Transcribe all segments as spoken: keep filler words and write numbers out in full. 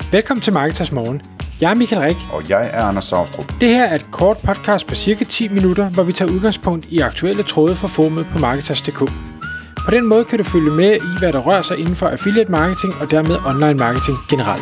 Velkommen til Marketers Morgen. Jeg er Michael Rik. Og jeg er Anders Saustrup. Det her er et kort podcast på cirka ti minutter, hvor vi tager udgangspunkt i aktuelle tråde fra forumet på Marketers punktum d k. På den måde kan du følge med i, hvad der rører sig inden for affiliate marketing og dermed online marketing generelt.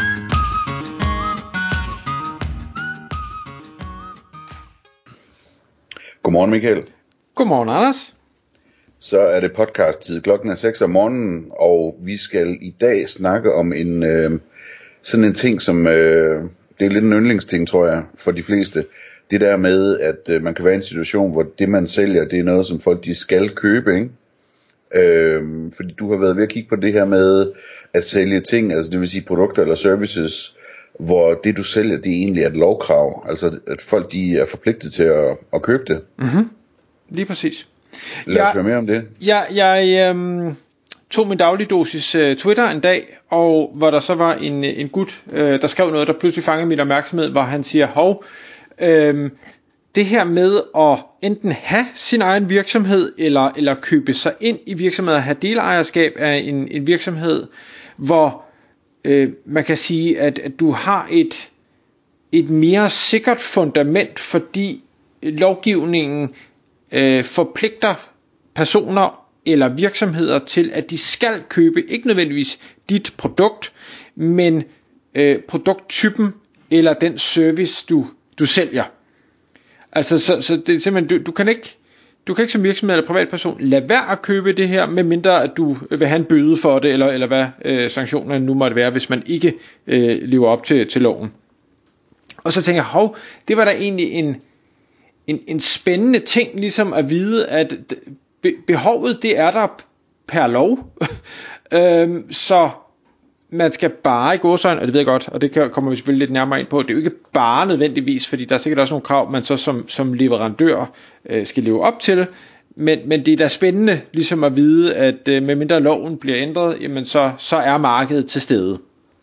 Godmorgen Michael. Godmorgen Anders. Så er det podcast-tid. Klokken er seks om morgenen, og vi skal i dag snakke om en øh, sådan en ting, som øh, det er lidt en yndlingsting, tror jeg, for de fleste. Det der med, at øh, man kan være i en situation, hvor det man sælger, det er noget, som folk de skal købe, ikke? Øh, fordi du har været ved at kigge på det her med at sælge ting, altså det vil sige produkter eller services, hvor det du sælger, det egentlig er et lovkrav. Altså at folk de er forpligtet til at, at købe det. Mm-hmm. Lige præcis. Lad os jeg, høre mere om det. Jeg, jeg øhm, tog min daglige dosis uh, Twitter en dag, og hvor der så var en, en gut, uh, der skrev noget, der pludselig fangede min opmærksomhed, hvor han siger, hov, øhm, det her med at enten have sin egen virksomhed, eller, eller købe sig ind i virksomheder, have delejerskab af en, en virksomhed, hvor øh, man kan sige, at, at du har et, et mere sikkert fundament, fordi lovgivningen øh, forpligter personer eller virksomheder til, at de skal købe, ikke nødvendigvis dit produkt, men øh, produkttypen eller den service, du, du sælger. Altså, så, så det er simpelthen, du, du kan ikke, du kan ikke som virksomhed eller privatperson lade være at købe det her, medmindre at du vil have en bøde for det, eller, eller hvad øh, sanktionerne nu måtte være, hvis man ikke øh, lever op til, til loven. Og så tænker jeg, hov, det var da egentlig en, en, en spændende ting, ligesom at vide, at be, behovet, det er der per lov. øhm, så man skal bare i gåseøjne, og det ved jeg godt, og det kommer vi selvfølgelig lidt nærmere ind på, det er jo ikke bare nødvendigvis, fordi der er sikkert også nogle krav, man så som, som leverandør øh, skal leve op til, men, men det er da spændende ligesom at vide, at øh, medmindre loven bliver ændret, jamen så, så er markedet til stede.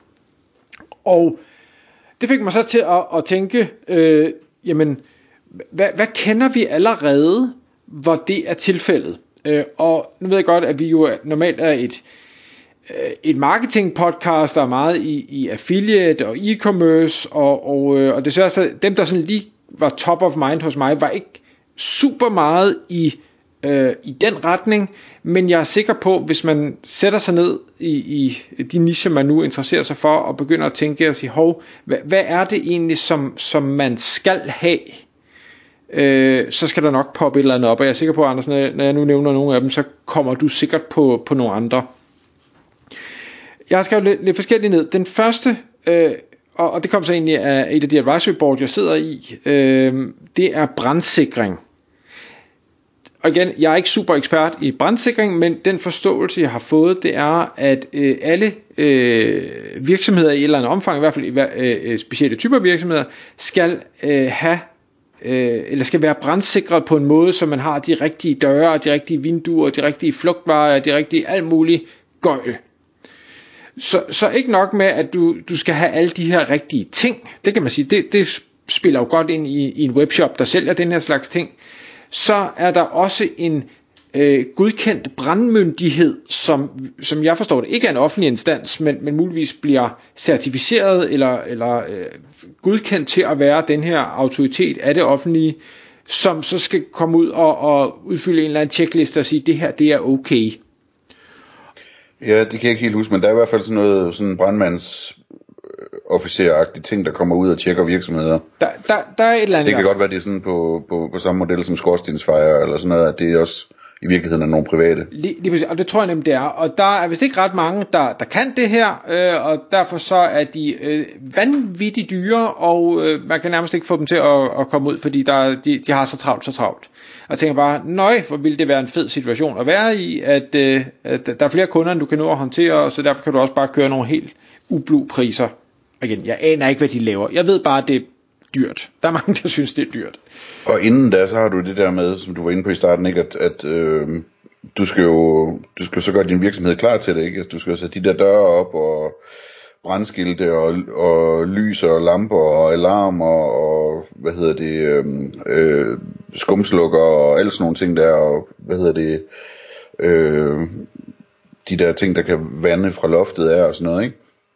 Og det fik mig så til at, at tænke, øh, jamen, hvad, hvad kender vi allerede, hvor det er tilfældet? Øh, og nu ved jeg godt, at vi jo normalt er et et marketing podcast, der er meget i, i affiliate og e-commerce, og, og, og desværre så dem, der sådan lige var top of mind hos mig, var ikke super meget i, øh, i den retning, men jeg er sikker på, hvis man sætter sig ned i, i de nicher, man nu interesserer sig for, og begynder at tænke og sige, hov, hvad, hvad er det egentlig, som, som man skal have? Øh, så skal der nok poppe et eller andet op, og jeg er sikker på, Anders, når jeg nu nævner nogle af dem, så kommer du sikkert på, på nogle andre. Jeg har skrevet lidt, lidt forskelligt ned. Den første, øh, og, og det kom så egentlig af et af de advisory boards, jeg sidder i, øh, det er brandsikring. Og igen, jeg er ikke super ekspert i brandsikring, men den forståelse, jeg har fået, det er, at øh, alle øh, virksomheder i et eller andet omfang, i hvert fald i øh, specielle typer virksomheder, skal øh, have øh, eller skal være brandsikret på en måde, så man har de rigtige døre, de rigtige vinduer, de rigtige flugtveje, de rigtige alt muligt gøjl. Så, så ikke nok med, at du, du skal have alle de her rigtige ting. Det kan man sige, det, det spiller jo godt ind i, i en webshop, der sælger den her slags ting. Så er der også en øh, godkendt brandmyndighed, som, som jeg forstår det, ikke er en offentlig instans, men, men muligvis bliver certificeret eller, eller øh, godkendt til at være den her autoritet af det offentlige, som så skal komme ud og, og udfylde en eller anden checkliste og sige, det her det er okay. Ja, det kan jeg ikke helt huske, men der er i hvert fald sådan noget sådan brandmands officeragtige ting, der kommer ud og tjekker virksomheder. Der, der, der er et eller andet. Det kan godt være, det er sådan på, på, på samme model som skorstensfejer eller sådan noget, at det er også i virkeligheden er nogle private. Lige, lige præcis, og det tror jeg nemlig det er. Og der er vist ikke ret mange, der, der kan det her, øh, og derfor så er de øh, vanvittigt dyre, og øh, man kan nærmest ikke få dem til at, at komme ud, fordi der, de, de har så travlt, så travlt. Og jeg tænker bare, nøj, hvor ville det være en fed situation at være i, at, øh, at der er flere kunder, end du kan nå at håndtere, så derfor kan du også bare køre nogle helt ublu priser. Igen, jeg aner ikke, hvad de laver. Jeg ved bare, at det er dyrt. Der er mange, der synes, det er dyrt. Og inden da, så har du det der med, som du var inde på i starten, ikke, at, at øh, du skal jo du skal så gøre din virksomhed klar til det, ikke? Du skal sætte de der døre op, og brandskilte, og, og lys, og lamper, og alarmer, og hvad hedder det, øh, øh, skumslukker, og alle sådan nogle ting der, og hvad hedder det, øh, de der ting, der kan vande fra loftet af, og sådan noget, ikke?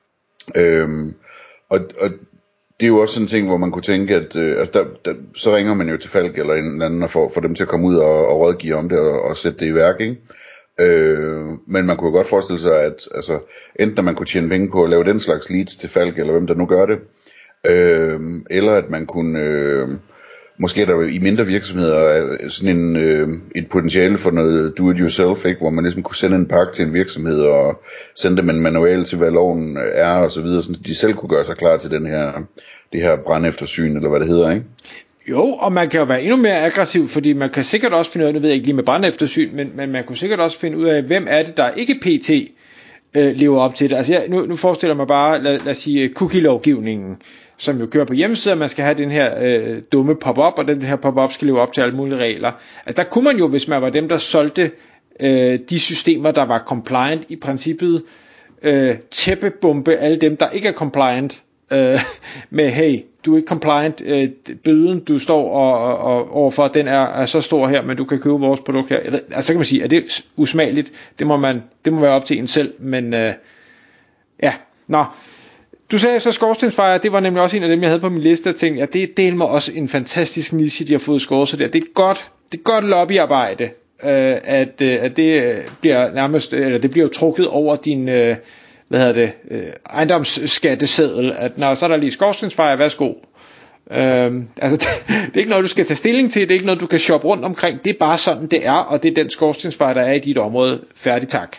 Øhm, og, og det er jo også sådan en ting, hvor man kunne tænke, at øh, altså der, der, så ringer man jo til Falk eller en anden og får, får dem til at komme ud og, og rådgive om det og, og sætte det i værk, ikke? Øh, men man kunne jo godt forestille sig, at altså, enten at man kunne tjene penge på at lave den slags leads til Falk, eller hvem der nu gør det, øh, eller at man kunne, øh, måske er der i mindre virksomheder sådan en, øh, et potentiale for noget do-it-yourself, ikke? Hvor man ligesom kunne sende en pakke til en virksomhed og sende dem en manual til, hvad loven er og så videre, så de selv kunne gøre sig klar til den her, det her brandeftersyn, eller hvad det hedder, ikke? Jo, og man kan jo være endnu mere aggressiv, fordi man kan sikkert også finde ud af, nu ved jeg ikke lige med brandeftersyn, men, men man kunne sikkert også finde ud af, hvem er det, der ikke pt. Øh, lever op til det. Altså jeg, nu, nu forestiller jeg mig bare, lad, lad os sige, cookie-lovgivningen, som jo kører på hjemmesiden, man skal have den her øh, dumme pop-up, og den her pop-up skal leve op til alle mulige regler. Altså der kunne man jo, hvis man var dem, der solgte øh, de systemer, der var compliant, i princippet øh, tæppebombe alle dem, der ikke er compliant, øh, med hey, du er ikke compliant, øh, bøden du står og, og, og overfor, den er, er så stor her, men du kan købe vores produkt her. Altså så kan man sige, at det er usmageligt, det må man, det må være op til en selv, men øh, ja, nå. Du sagde så skorstensfejer, det var nemlig også en af dem, jeg havde på min liste, og tænkte, ja, det er del med også en fantastisk niche, de har fået skåret sig der. Det er godt, det er godt lobbyarbejde, øh, at, øh, at det bliver nærmest, eller det bliver jo trukket over din, øh, hvad hedder det, øh, ejendomsskatteseddel, at når så er der lige skorstensfejer, værsgo. Øh, altså, det, det er ikke noget, du skal tage stilling til, det er ikke noget, du kan shoppe rundt omkring, det er bare sådan, det er, og det er den skorstensfejer, der er i dit område. Færdig, tak.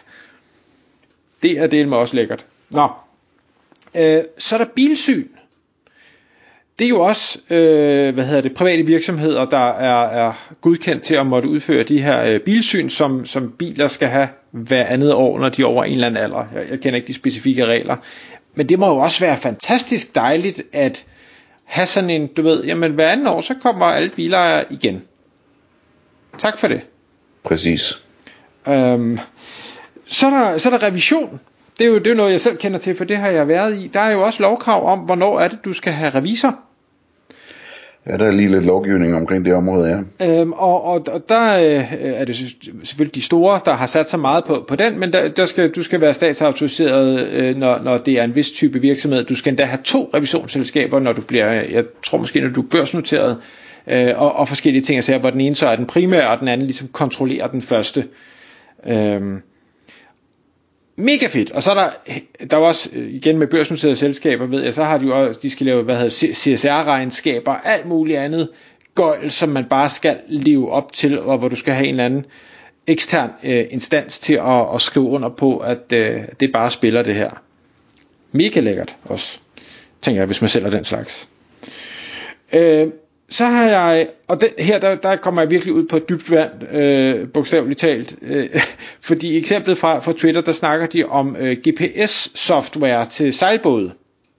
Det er del med også lækkert. Nå. Øh, så er der bilsyn. Det er jo også øh, hvad hedder det, private virksomheder, der er, er godkendt til at måtte udføre de her øh, bilsyn, som, som biler skal have hver andet år, når de er over en eller anden alder. Jeg, jeg kender ikke de specifikke regler. Men det må jo også være fantastisk dejligt at have sådan en, du ved, jamen hver anden år, så kommer alle bilejere igen. Tak for det. Præcis. Øhm, så, er der, så er der revision. Det er, jo, det er jo noget, jeg selv kender til, for det har jeg været i. Der er jo også lovkrav om, hvornår er det, du skal have revisor. Ja, der er lige lidt lovgivning omkring det område, ja. Øhm, og, og, og der øh, er det selvfølgelig de store, der har sat sig meget på, på den, men der, der skal, du skal være statsautoriseret, øh, når, når det er en vis type virksomhed. Du skal endda have to revisionsselskaber, når du bliver, jeg tror måske, når du er børsnoteret, øh, og, og forskellige ting, altså, hvor den ene så er den primære, og den anden ligesom kontrollerer den første. Øhm, Mega fedt. Og så er der, der er også, igen med børsnoterede selskaber, ved jeg, så har de jo også, de skal lave, hvad hedder C S R-regnskaber, alt muligt andet gøjl, som man bare skal leve op til, og hvor du skal have en eller anden ekstern øh, instans til at, at skrive under på, at øh, det bare spiller det her. Mega lækkert også, tænker jeg, hvis man sælger den slags. Øh, Så har jeg, og det, her der, der kommer jeg virkelig ud på et dybt vand, øh, bogstaveligt talt, øh, fordi eksemplet fra, fra Twitter, der snakker de om øh, G P S-software til sejlbåde.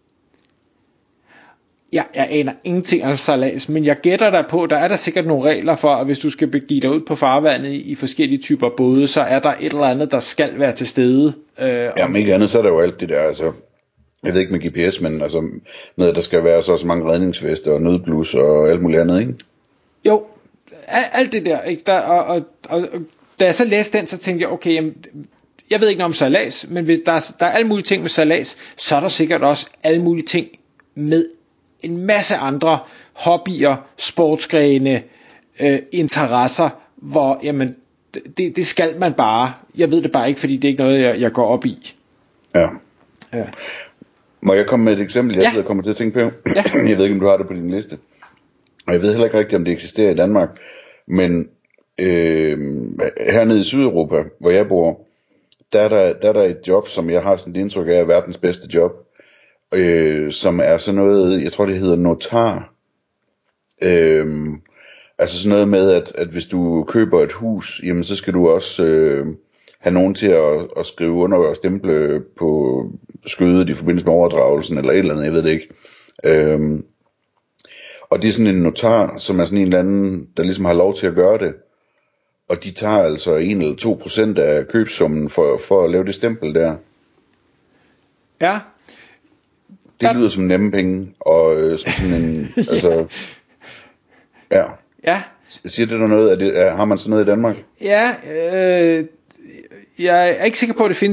Ja, jeg aner ingenting om sejlads, men jeg gætter der på, der er der sikkert nogle regler for, at hvis du skal begive dig ud på farvandet i, i forskellige typer både, så er der et eller andet, der skal være til stede. Øh, ja, men ikke andet, så er der jo alt det der, altså... Jeg ved ikke med G P S, men altså med at der skal være så, så mange redningsveste og nødblus og alt muligt andet, ikke? Jo, alt det der, ikke? Der, og, og, og da jeg så læste den, så tænkte jeg, okay, jamen, jeg ved ikke noget om sejlads, men hvis der, er, der er alle mulige ting med sejlads, så er der sikkert også alle mulige ting med en masse andre hobbyer, sportsgrene, øh, interesser, hvor, jamen, det, det skal man bare. Jeg ved det bare ikke, fordi det er ikke noget, jeg, jeg går op i. Ja. Ja. Må jeg komme med et eksempel, jeg ja. kommer til at tænke på? Ja. Jeg ved ikke, om du har det på din liste. Og jeg ved heller ikke rigtigt, om det eksisterer i Danmark. Men øh, hernede i Sydeuropa, hvor jeg bor, der er der, der er der et job, som jeg har sådan et indtryk af, er verdens bedste job. Øh, som er sådan noget, jeg tror det hedder notar. Øh, altså sådan noget med, at, at hvis du køber et hus, jamen så skal du også... Øh, have nogen til at, at skrive under og stemple på skødet i forbindelse med overdragelsen, eller et eller andet, jeg ved det ikke. Øhm, og det er sådan en notar, som er sådan en eller anden, der ligesom har lov til at gøre det. Og de tager altså en eller to procent af købsummen for, for at lave det stempel der. Ja. Det lyder som nemme penge, og øh, som sådan en, altså, ja. Ja. Siger det der noget, er det, er, har man sådan noget i Danmark? Ja, øh, jeg er ikke sikker på, at det findes i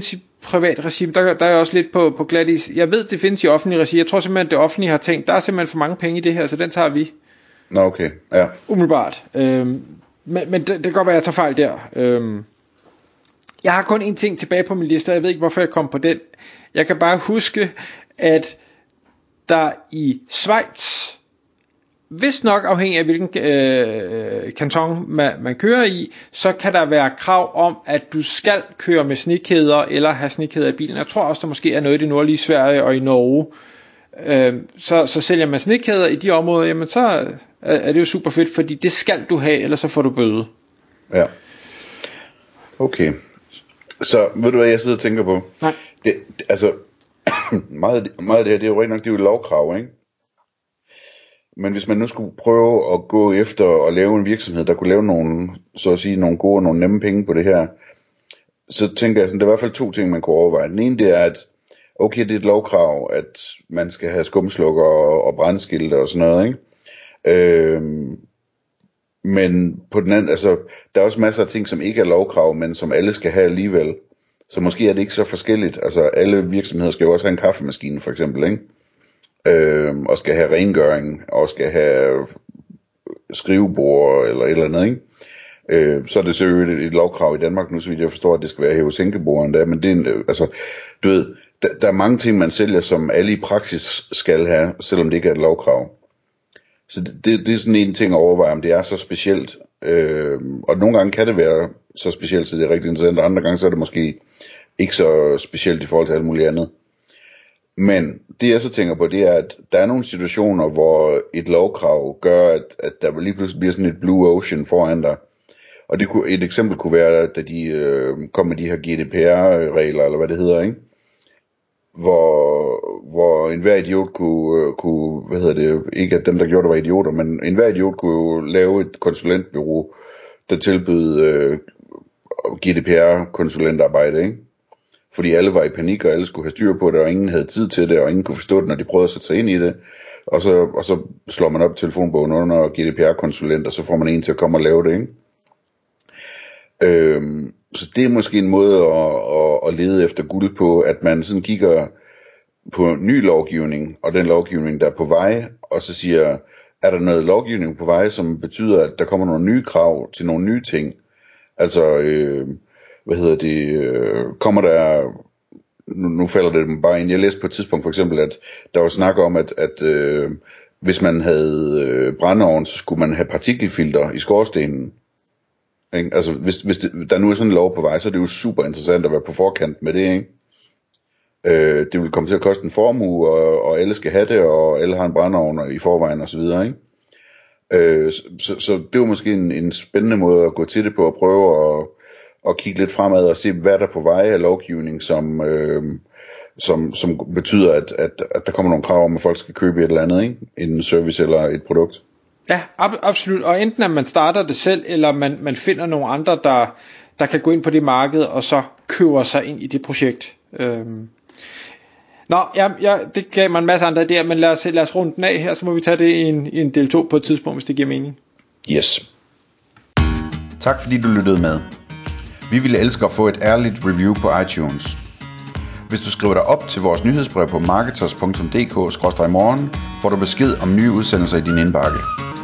privat regi, der, der er jeg også lidt på, på glat is. Jeg ved, det findes i offentlig regi. Jeg tror simpelthen, at det offentlige har tænkt, der er simpelthen for mange penge i det her, så den tager vi. Nå, okay, ja. Umiddelbart. Øhm, men men det, det kan godt være, at jeg tager fejl der. Øhm, jeg har kun en ting tilbage på min liste, jeg ved ikke, hvorfor jeg kom på den. Jeg kan bare huske, at der i Schweiz, hvis nok afhængig af hvilken øh, kanton man, man kører i, så kan der være krav om, at du skal køre med snekæder eller have snekæder i bilen. Jeg tror også, der måske er noget i det nordlige Sverige og i Norge. Øh, så, så sælger man snekæder i de områder, jamen så er, er det jo super fedt, fordi det skal du have, ellers så får du bøde. Ja. Okay. Så ved du hvad jeg sidder og tænker på? Nej. Det, det, altså, meget, meget af det her, det er jo rigtig nok, det er jo lovkrav, ikke? Men hvis man nu skulle prøve at gå efter at lave en virksomhed, der kunne lave nogle, så at sige, nogle gode og nogle nemme penge på det her, så tænker jeg sådan, der er i hvert fald to ting, man kunne overveje. Den ene, det er, at okay, det er et lovkrav, at man skal have skumslukker og, og brandskilte og sådan noget, ikke? Øhm, men på den anden, altså, der er også masser af ting, som ikke er lovkrav, men som alle skal have alligevel. Så måske er det ikke så forskelligt. Altså, alle virksomheder skal jo også have en kaffemaskine, for eksempel, ikke? Øhm, og skal have rengøring, og skal have skrivebord eller et eller andet, ikke? Øh, så er det selvfølgelig et, et lovkrav i Danmark nu, så vidt jeg forstår, at det skal være hæve-sænkebord endda, men det er en, altså, du ved, der, der er mange ting, man sælger, som alle i praksis skal have, selvom det ikke er et lovkrav. Så det, det, det er sådan en ting at overveje, om det er så specielt, øh, og nogle gange kan det være så specielt, så det er rigtig interessant, og andre gange så er det måske ikke så specielt i forhold til alt muligt andet. Men det jeg så tænker på, det er, at der er nogle situationer, hvor et lovkrav gør, at, at der lige pludselig bliver sådan et blue ocean foran dig. Og det kunne, et eksempel kunne være, da de øh, kom med de her G D P R-regler, eller hvad det hedder, ikke? Hvor, hvor enhver idiot kunne, øh, kunne, hvad hedder det, ikke at dem der gjorde det var idioter, men enhver idiot kunne jo lave et konsulentbureau, der tilbød øh, G D P R-konsulentarbejde, ikke? Fordi alle var i panik, og alle skulle have styr på det, og ingen havde tid til det, og ingen kunne forstå det, når de prøvede at sætte sig ind i det. Og så, og så slår man op telefonbogen under G D P R-konsulent, og så får man en til at komme og lave det, ikke? Øhm, så det er måske en måde at, at, at lede efter guld på, at man sådan kigger på ny lovgivning, og den lovgivning, der er på vej, og så siger, er der noget lovgivning på vej, som betyder, at der kommer nogle nye krav til nogle nye ting? Altså, øh, hvad hedder det, øh, kommer der, nu, nu falder det bare ind, jeg læste på et tidspunkt for eksempel, at der var snak om, at, at øh, hvis man havde øh, brændeovn, så skulle man have partikelfilter i skorstenen. Ikke? Altså, hvis, hvis det, der nu er sådan en lov på vej, så er det jo super interessant at være på forkant med det, ikke? Øh, det vil komme til at koste en formue, og, og alle skal have det, og alle har en brændeovn i forvejen og så videre, ikke? Øh, så, så det er jo måske en, en spændende måde at gå til det på, at prøve at, at kigge lidt fremad og se, hvad der er på vej af lovgivning, som, øh, som, som betyder, at, at, at der kommer nogle krav om, at folk skal købe et eller andet, ikke? En service eller et produkt. Ja, ab- absolut. Og enten at man starter det selv, eller man, man finder nogle andre, der, der kan gå ind på det marked, og så køber sig ind i det projekt. Øhm. Nå, ja, ja, det gav mig en masse andre idéer, men lad os, lad os runde den af her, så må vi tage det i en, i en del to på et tidspunkt, hvis det giver mening. Yes. Tak fordi du lyttede med. Vi ville elske at få et ærligt review på iTunes. Hvis du skriver dig op til vores nyhedsbrev på marketers punktum d k skråstreg morgen, får du besked om nye udsendelser i din indbakke.